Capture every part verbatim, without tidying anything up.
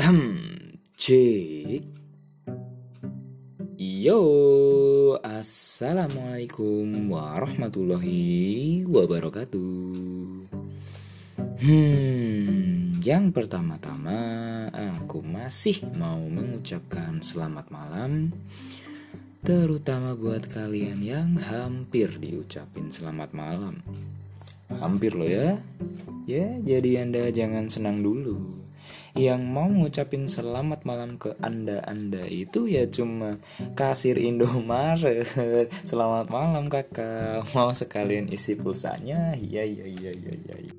Cek. Yo, assalamualaikum warahmatullahi wabarakatuh. Hmm, yang pertama-tama aku masih mau mengucapkan selamat malam, terutama buat kalian yang hampir diucapin selamat malam. Hampir loh ya. Ya, jadi Anda jangan senang dulu. Yang mau ngucapin selamat malam ke anda-anda itu ya cuma kasir Indomaret. Selamat malam kakak, mau sekalian isi pulsanya? Iya iya iya iya iya.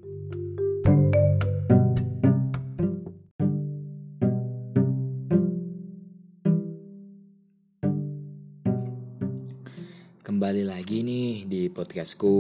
Kembali lagi nih di podcastku.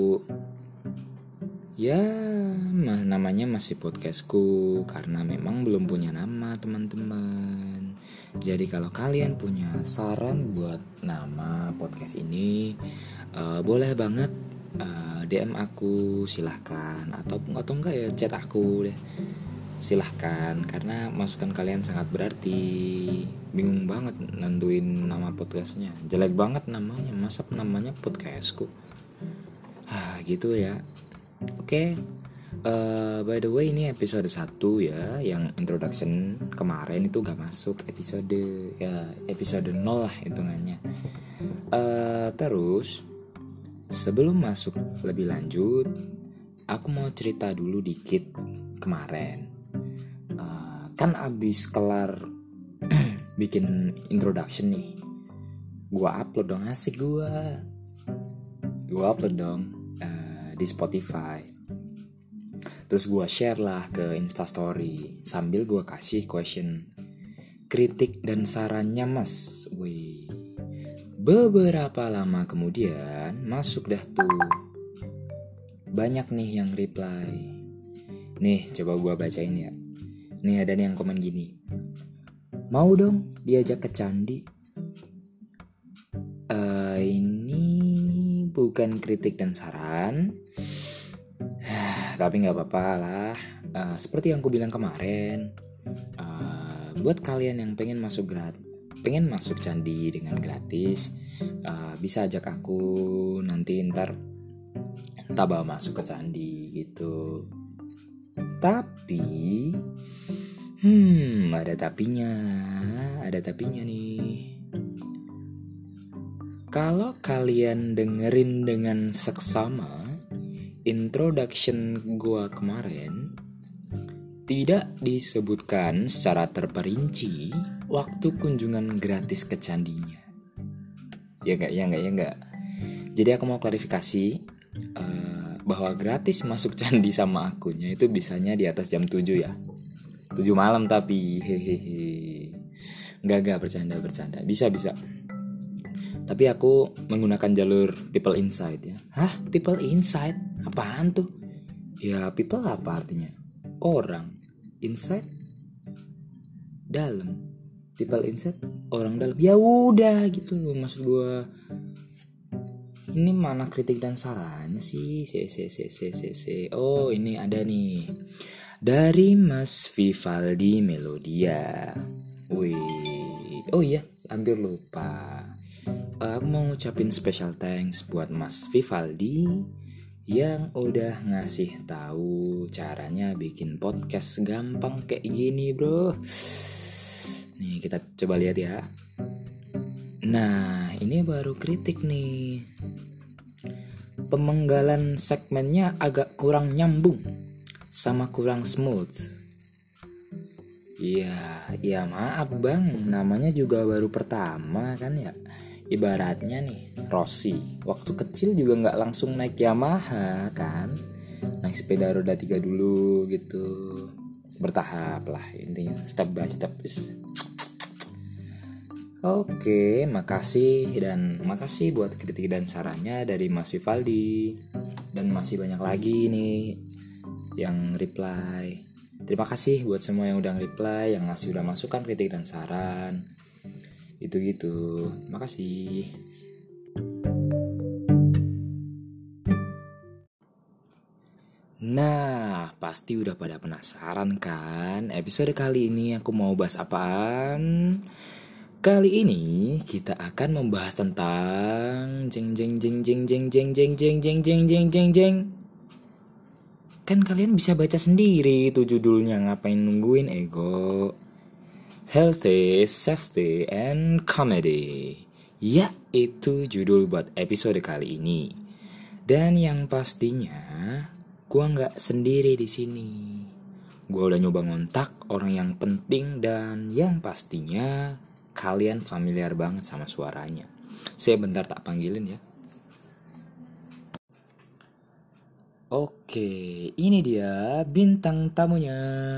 Ya, namanya masih podcastku karena memang belum punya nama teman-teman. Jadi kalau kalian punya saran buat nama podcast ini, uh, boleh banget uh, D M aku, silahkan. Atau atau enggak ya chat aku deh, silahkan. Karena masukan kalian sangat berarti. Bingung banget nentuin nama podcastnya, jelek banget namanya, masa namanya podcastku. Ah gitu ya. Oke, okay. uh, by the way ini episode satu ya. Yang introduction kemarin itu gak masuk episode ya, episode nol lah hitungannya. uh, Terus sebelum masuk lebih lanjut, aku mau cerita dulu dikit kemarin. uh, Kan abis kelar bikin introduction nih, gua upload dong, asik gua Gua upload dong uh, di Spotify. Terus gue share lah ke Instastory sambil gue kasih question, kritik dan sarannya mas. Wih. Beberapa lama kemudian masuk dah tuh. Banyak nih yang reply. Nih coba gue bacain ya. Nih ada nih yang komen gini, mau dong diajak ke candi. uh, Ini bukan kritik dan saran, tapi nggak apa-apa lah. Uh, seperti yang aku bilang kemarin, uh, buat kalian yang pengen masuk grat, pengen masuk candi dengan gratis, uh, bisa ajak aku nanti ntar tak bawa masuk ke candi gitu. Tapi, hmm, ada tapinya, ada tapinya nih. Kalau kalian dengerin dengan seksama introduction gua kemarin, tidak disebutkan secara terperinci waktu kunjungan gratis ke candinya. Ya enggak, ya enggak, ya enggak. Jadi aku mau klarifikasi uh, bahwa gratis masuk candi sama akunnya itu bisanya di atas jam tujuh ya. tujuh malam tapi hehehe. Enggak, enggak, bercanda, bercanda. Bisa, bisa. Tapi aku menggunakan jalur people inside ya. Hah? People inside? Apaan tuh? Ya people apa artinya? Orang. Inside? Dalam. People inside? Orang dalam. Ya udah gitu loh maksud gue. Ini mana kritik dan sarannya sih? Se, se, se, se, se, se. Oh ini ada nih. Dari Mas Vivaldi Melodia. Wih. Oh iya, hampir lupa. Aku mau ngucapin special thanks buat Mas Vivaldi yang udah ngasih tahu caranya bikin podcast gampang kayak gini, bro. Nih kita coba lihat ya. Nah, ini baru kritik nih. Pemenggalan segmennya agak kurang nyambung sama kurang smooth. Iya, ya maaf bang, namanya juga baru pertama kan ya. Ibaratnya nih, Rossi waktu kecil juga gak langsung naik Yamaha kan. Naik sepeda roda tiga dulu gitu. Bertahap lah intinya, step by step. Oke, makasih. Dan makasih buat kritik dan sarannya dari Mas Vivaldi. Dan masih banyak lagi nih yang reply. Terima kasih buat semua yang udah reply, yang ngasih udah masukan kritik dan saran. Itu gitu. Makasih. Nah, pasti udah pada penasaran kan? Episode kali ini aku mau bahas apaan? Kali ini kita akan membahas tentang jeng jeng jeng jeng jeng jeng jeng jeng jeng jeng jeng jeng jeng. Kan kalian bisa baca sendiri itu judulnya, ngapain nungguin ego? Healthy, Safety, and Comedy. Ya, itu judul buat episode kali ini. Dan yang pastinya, gua nggak sendiri di sini. Gua udah nyoba ngontak orang yang penting dan yang pastinya kalian familiar banget sama suaranya. Saya bentar tak panggilin ya. Oke, ini dia bintang tamunya.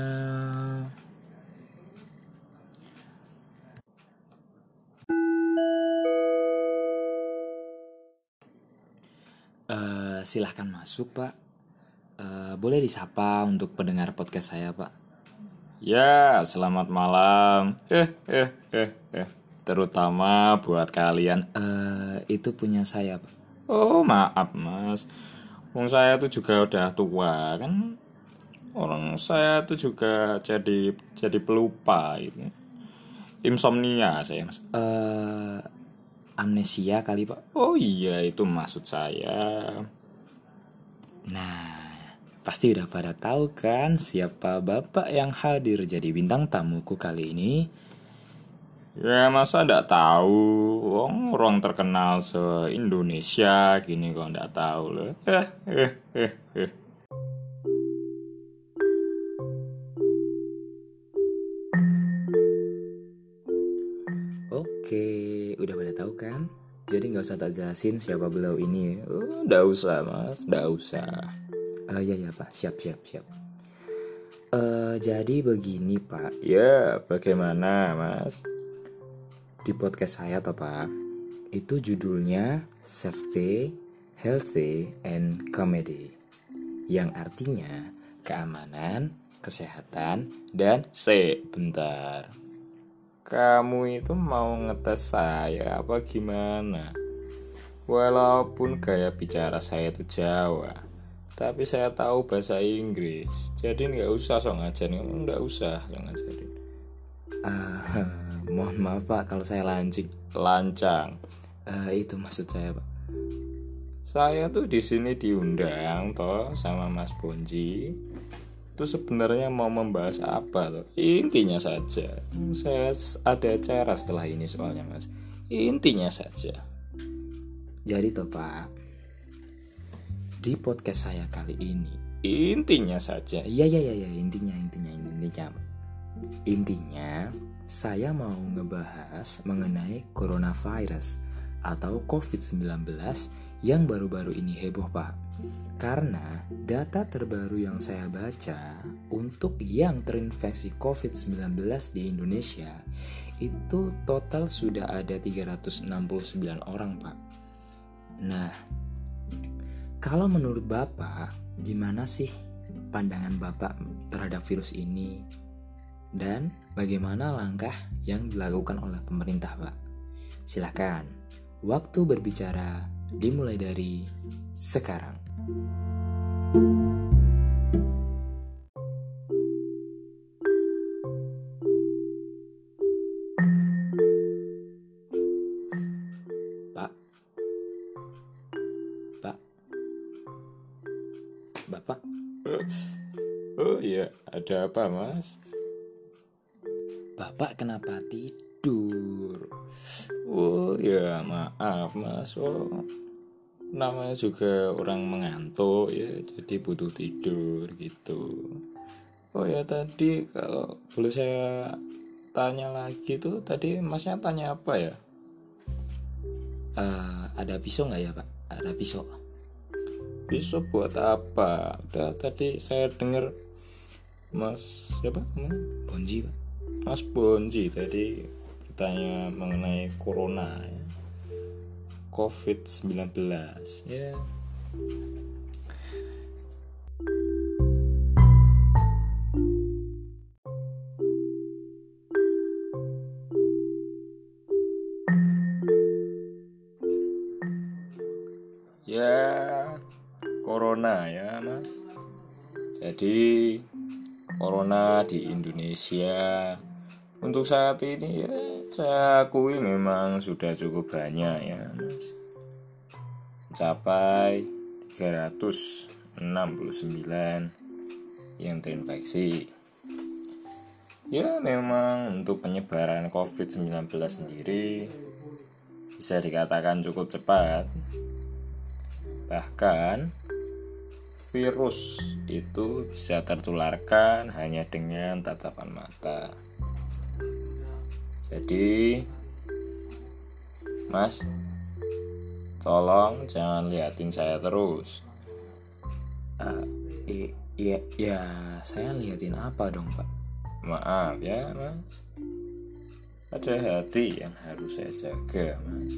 Eh, silahkan masuk Pak. Eh, boleh disapa untuk pendengar podcast saya Pak. Ya, selamat malam. Eh, eh, eh, eh. Terutama buat kalian. Eh, itu punya saya Pak. Oh, maaf, Mas. Wong saya tuh juga udah tua kan. Orang saya tuh juga jadi jadi pelupa itu. Insomnia saya, Mas. Eh, amnesia kali Pak. Oh iya, itu maksud saya. Nah, pasti udah pada tahu kan siapa bapak yang hadir jadi bintang tamuku kali ini? Ya, masa ndak tahu? Wong orang terkenal se-Indonesia gini kok ndak tahu loh. Eh, eh, eh, eh. Oke, udah pada tahu kan? Jadi nggak usah tak jelasin siapa beliau ini. Oh, ndak usah, Mas. Ndak usah. Eh, ya ya Pak, siap siap siap. Eh, jadi begini Pak, Ya, bagaimana, Mas? di podcast saya toh Pak, itu judulnya Safety, Healthy, and Comedy, yang artinya keamanan, kesehatan, dan Sebentar. Kamu itu mau ngetes saya apa gimana? Walaupun gaya bicara saya itu Jawa, tapi saya tahu bahasa Inggris. Jadi nggak usah sok ngajarin, nggak usah sok ngajarin. eh, mohon maaf Pak kalau saya lancing. Lancang. Eh, itu maksud saya Pak. Saya tuh di sini diundang toh sama Mas Bonji. Itu sebenarnya mau membahas apa loh? Intinya saja. Saya ada acara setelah ini soalnya, Mas. Intinya saja. Jadi toh Pak, di podcast saya kali ini, Intinya saja. iya iya iya ya, intinya intinya intinya Pak. Intinya saya mau ngebahas mengenai coronavirus atau covid sembilan belas yang baru-baru ini heboh Pak. Karena data terbaru yang saya baca untuk yang terinfeksi covid sembilan belas di Indonesia itu total sudah ada tiga ratus enam puluh sembilan orang Pak. Nah, kalau menurut Bapak gimana sih pandangan Bapak terhadap virus ini? Dan bagaimana langkah yang dilakukan oleh pemerintah Pak? Silakan, waktu berbicara dimulai dari sekarang. Pak, Pak, Bapak, Oh iya, ada apa, Mas? Bapak kenapa tidur? Oh ya, maaf, Mas. Oh, namanya juga orang mengantuk ya, jadi butuh tidur gitu. Oh ya, tadi kalau boleh saya tanya lagi tuh, tadi Masnya tanya apa ya? Eh, ada pisau nggak ya Pak? Ada pisau. Pisau buat apa? Udah tadi saya dengar Mas siapa namanya? Bonji Pak. Mas Bonji tadi bertanya mengenai corona ya. covid sembilan belas ya. Ya, corona ya, Mas. Jadi corona di Indonesia untuk saat ini ya saya akui memang sudah cukup banyak ya Mas. Mencapai tiga ratus enam puluh sembilan yang terinfeksi. Ya memang untuk penyebaran covid sembilan belas sendiri bisa dikatakan cukup cepat. Bahkan virus itu bisa tertularkan hanya dengan tatapan mata. Jadi Mas, tolong jangan liatin saya terus. Uh, i- iya, ya saya liatin apa dong Pak? Maaf ya Mas, ada hati yang harus saya jaga Mas.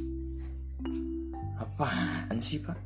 Apaan sih Pak?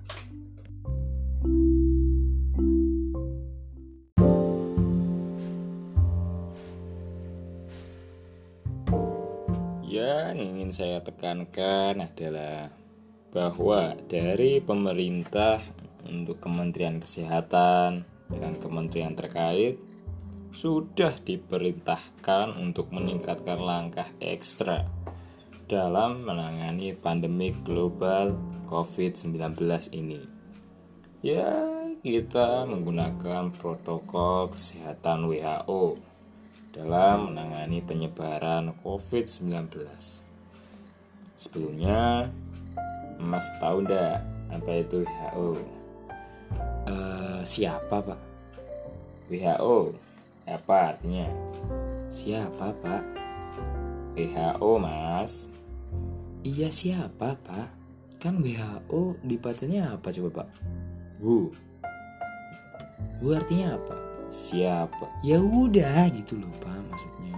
Yang ingin saya tekankan adalah bahwa dari pemerintah untuk Kementerian Kesehatan dan kementerian terkait sudah diperintahkan untuk meningkatkan langkah ekstra dalam menangani pandemi global covid sembilan belas ini. Ya, kita menggunakan protokol kesehatan W H O dalam menangani penyebaran covid sembilan belas. Sebelumnya, Mas tahu enggak apa itu W H O? Uh, siapa Pak? W H O apa artinya? Siapa Pak? W H O Mas. Iya siapa Pak? Kan W H O dibacanya apa coba Pak? Wu. Wu artinya apa? Siapa? Ya udah gitu loh Pak maksudnya.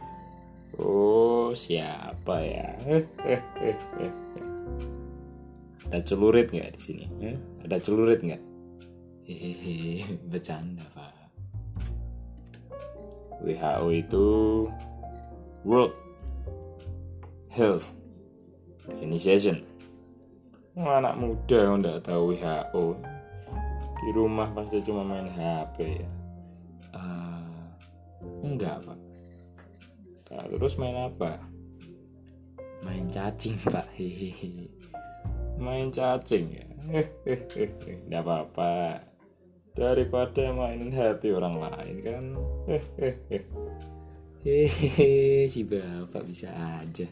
Oh siapa ya? Ada celurit nggak di sini? Eh? Ada celurit nggak? Hehehe, bercanda Pak. W H O itu World Health Organization. Anak muda yang nggak tahu W H O, di rumah pasti cuma main H P ya. Uh, enggak Pak. Nah, terus main apa? Main cacing Pak. Hehehe. Main cacing ya. Nggak apa-apa, daripada mainin hati orang lain kan. Hehehe, si bapak bisa aja.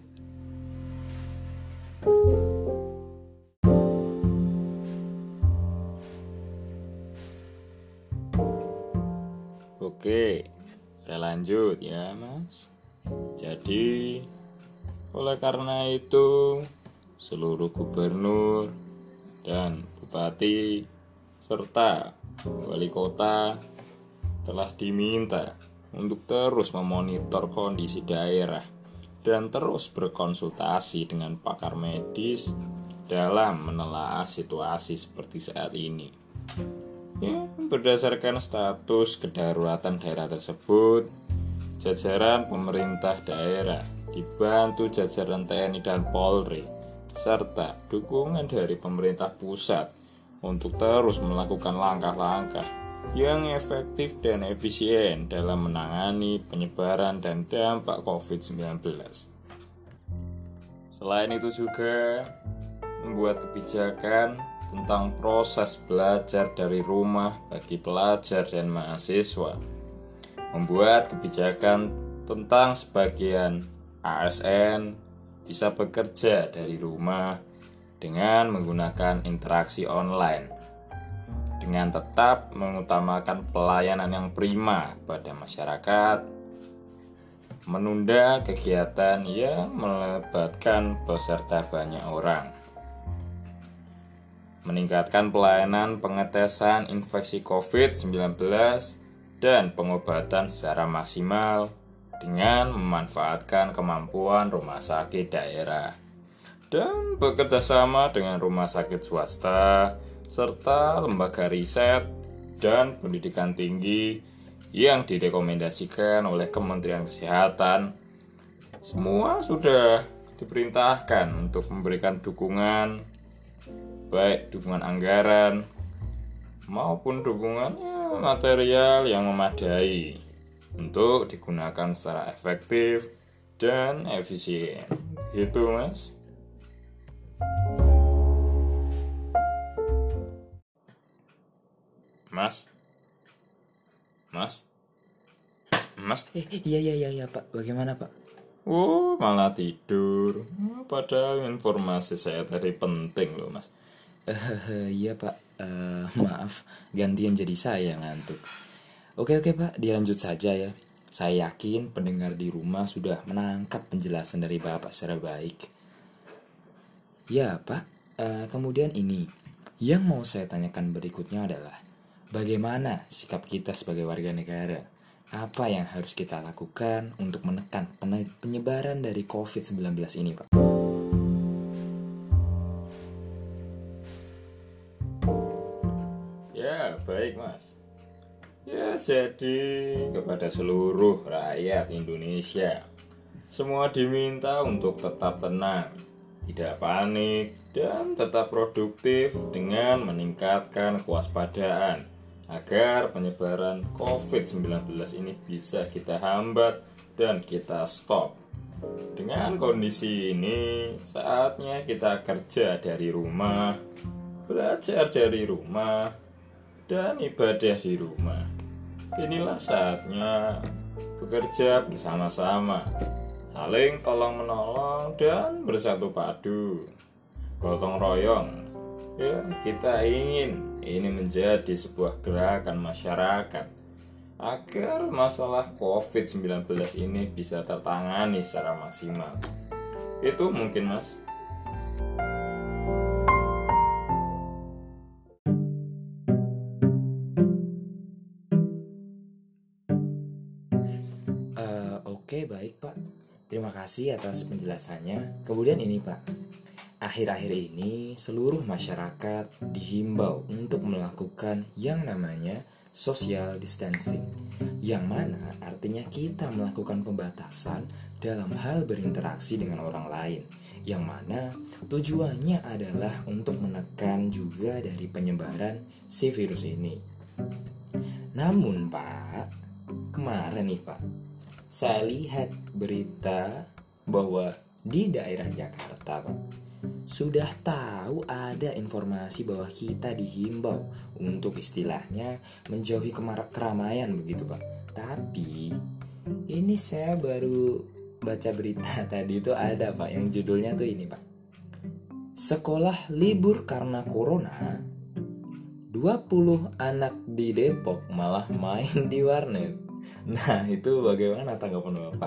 Oke, saya lanjut ya Mas. Jadi oleh karena itu seluruh gubernur dan bupati serta wali kota telah diminta untuk terus memonitor kondisi daerah dan terus berkonsultasi dengan pakar medis dalam menelaah situasi seperti saat ini. Ya, berdasarkan status kedaruratan daerah tersebut, jajaran pemerintah daerah dibantu jajaran T N I dan Polri serta dukungan dari pemerintah pusat untuk terus melakukan langkah-langkah yang efektif dan efisien dalam menangani penyebaran dan dampak covid sembilan belas. Selain itu juga membuat kebijakan tentang proses belajar dari rumah bagi pelajar dan mahasiswa, membuat kebijakan tentang sebagian A S N bisa bekerja dari rumah dengan menggunakan interaksi online, dengan tetap mengutamakan pelayanan yang prima kepada masyarakat, menunda kegiatan yang melibatkan peserta banyak orang, meningkatkan pelayanan pengetesan infeksi covid sembilan belas dan pengobatan secara maksimal dengan memanfaatkan kemampuan rumah sakit daerah dan bekerja sama dengan rumah sakit swasta serta lembaga riset dan pendidikan tinggi yang direkomendasikan oleh Kementerian Kesehatan. Semua sudah diperintahkan untuk memberikan dukungan, baik dukungan anggaran maupun dukungan ya, material yang memadai untuk digunakan secara efektif dan efisien. Gitu, Mas. Mas. Mas. Mas. Eh, iya iya iya iya Pak. Bagaimana Pak? Oh, malah tidur. Padahal informasi saya tadi penting loh, Mas. Eh, iya Pak. Eh, maaf, gantian jadi saya ngantuk. Oke oke Pak, dilanjut saja ya. Saya yakin pendengar di rumah sudah menangkap penjelasan dari Bapak secara baik. Ya Pak, eh, kemudian ini yang mau saya tanyakan berikutnya adalah bagaimana sikap kita sebagai warga negara? Apa yang harus kita lakukan untuk menekan penyebaran dari covid sembilan belas ini Pak? Ya, baik Mas. Ya, jadi kepada seluruh rakyat Indonesia, semua diminta untuk tetap tenang, tidak panik, dan tetap produktif dengan meningkatkan kewaspadaan agar penyebaran covid sembilan belas ini bisa kita hambat dan kita stop. Dengan kondisi ini, saatnya kita kerja dari rumah, belajar dari rumah, dan ibadah di rumah. Inilah saatnya bekerja bersama-sama, saling tolong-menolong dan bersatu padu, gotong royong. Ya, kita ingin ini menjadi sebuah gerakan masyarakat agar masalah covid sembilan belas ini bisa tertangani secara maksimal. Itu mungkin, Mas. Uh, Oke, baik Pak. Terima kasih atas penjelasannya. Kemudian ini Pak, akhir-akhir ini seluruh masyarakat dihimbau untuk melakukan yang namanya social distancing, yang mana artinya kita melakukan pembatasan dalam hal berinteraksi dengan orang lain, yang mana tujuannya adalah untuk menekan juga dari penyebaran si virus ini. Namun Pak, kemarin nih Pak, saya lihat berita bahwa di daerah Jakarta Pak, sudah tahu ada informasi bahwa kita dihimbau untuk istilahnya menjauhi kemar- keramaian begitu Pak. Tapi ini saya baru baca berita tadi itu ada Pak yang judulnya tuh ini Pak, sekolah libur karena corona, dua puluh anak di Depok malah main di warnet. Nah, itu bagaimana tanggapan Bapak?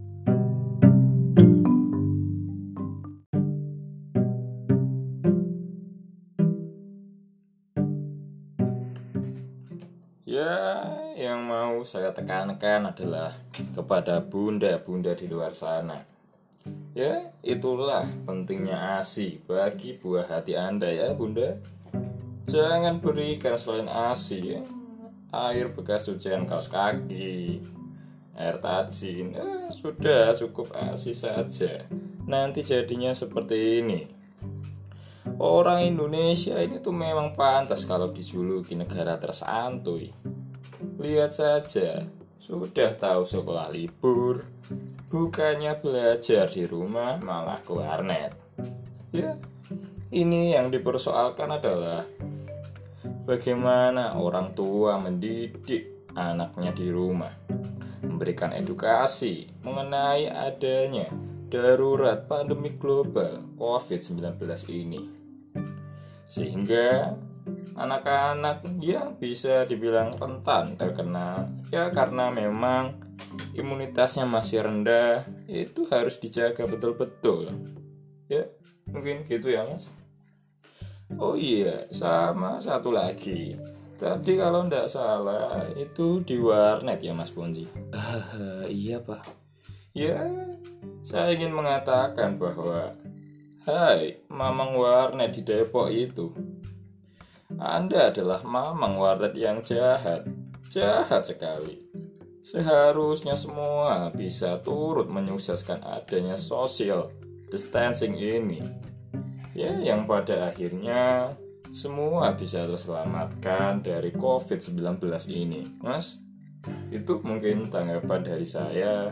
Ya, yang mau saya tekankan adalah kepada bunda-bunda di luar sana. Ya, itulah pentingnya ASI bagi buah hati Anda ya, Bunda. Jangan berikan selain ASI ya, air bekas cucian kaos kaki, air tajin, eh, sudah cukup ASI saja. Nanti jadinya seperti ini. Orang Indonesia ini tuh memang pantas kalau dijuluki negara tersantuy. Lihat saja, sudah tahu sekolah libur, bukannya belajar di rumah malah ke warnet. Ya, ini yang dipersoalkan adalah bagaimana orang tua mendidik anaknya di rumah, memberikan edukasi mengenai adanya darurat pandemi global covid sembilan belas ini, sehingga anak-anak yang bisa dibilang rentan terkena ya karena memang imunitasnya masih rendah, itu harus dijaga betul-betul. Ya, mungkin gitu ya Mas. Oh iya, sama satu lagi. Tadi kalau ndak salah itu di warnet ya Mas Ponji. Uh, iya Pak. Ya, saya ingin mengatakan bahwa hai, mamang warnet di Depok itu, Anda adalah mamang warnet yang jahat. Jahat sekali. Seharusnya semua bisa turut menyukseskan adanya social distancing ini. Ya, yang pada akhirnya semua bisa terselamatkan dari covid sembilan belas ini. Mas, itu mungkin tanggapan dari saya.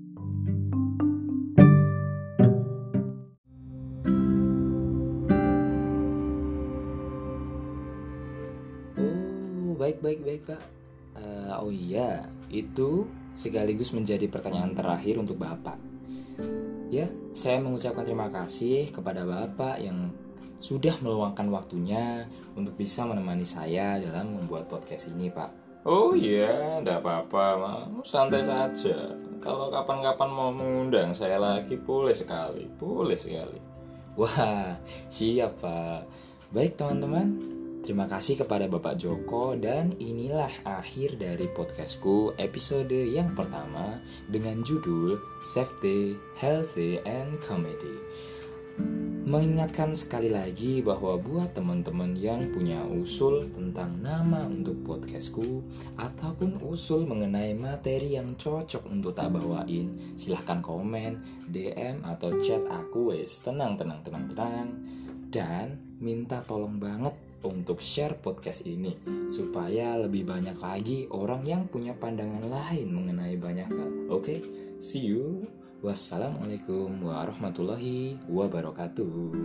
Oh, baik baik baik Pak. Eh, oh iya, itu sekaligus menjadi pertanyaan terakhir untuk Bapak. Ya, saya mengucapkan terima kasih kepada Bapak yang sudah meluangkan waktunya untuk bisa menemani saya dalam membuat podcast ini, Pak. Oh iya, enggak apa-apa, Mas. Santai saja. Kalau kapan-kapan mau mengundang saya lagi, boleh sekali, boleh sekali. Wah, siap Pak. Baik teman-teman, terima kasih kepada Bapak Joko dan inilah akhir dari podcastku episode yang pertama dengan judul Safety, Healthy, and Comedy. Mengingatkan sekali lagi bahwa buat teman-teman yang punya usul tentang nama untuk podcastku ataupun usul mengenai materi yang cocok untuk tak bawain, silahkan komen, D M atau chat aku wes. Tenang, tenang, tenang, tenang. Dan minta tolong banget untuk share podcast ini supaya lebih banyak lagi orang yang punya pandangan lain mengenai banyak hal. Oke, okay? See you. Wassalamualaikum warahmatullahi wabarakatuh.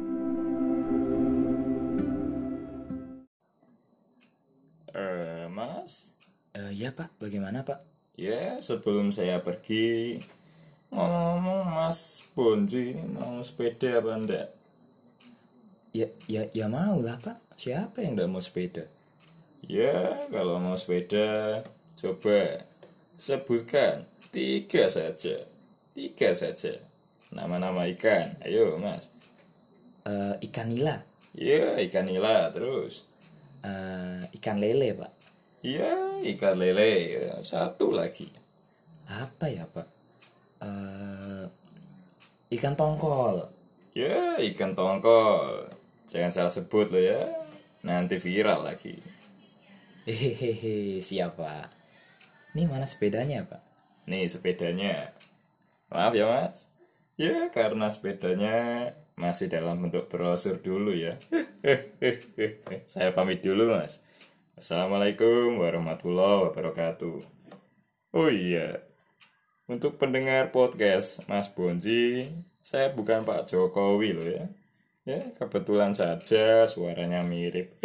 Eh, Mas? Uh, ya Pak, bagaimana Pak? Ya, sebelum saya pergi, ngomong-ngomong Mas Bonji ini mau sepeda apa enggak? Ya, ya, ya mau lah Pak. Siapa yang enggak mau sepeda? Ya, kalau mau sepeda, coba sebutkan tiga saja. Tiga saja. Nama-nama ikan. Ayo, Mas. Uh, ikan nila. Iya, ikan nila. Terus? Uh, ikan lele, Pak. Iya, ikan lele. Satu lagi. Apa ya, Pak? Uh, ikan tongkol. Ya, ikan tongkol. Jangan salah sebut lo ya. Nanti viral lagi. Hehehe, siap, Pak. Ini mana sepedanya, Pak? Nih sepedanya. Maaf ya Mas. Ya karena sepedanya masih dalam bentuk brosur dulu ya. Saya pamit dulu Mas. Assalamualaikum warahmatullahi wabarakatuh. Oh iya, untuk pendengar podcast Mas Bonji, saya bukan Pak Jokowi loh ya. Ya kebetulan saja suaranya mirip.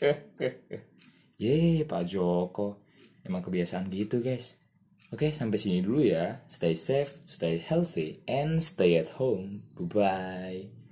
Yeay Pak Joko, emang kebiasaan gitu guys. Oke, sampai sini dulu ya. Stay safe, stay healthy, and stay at home. Bye-bye.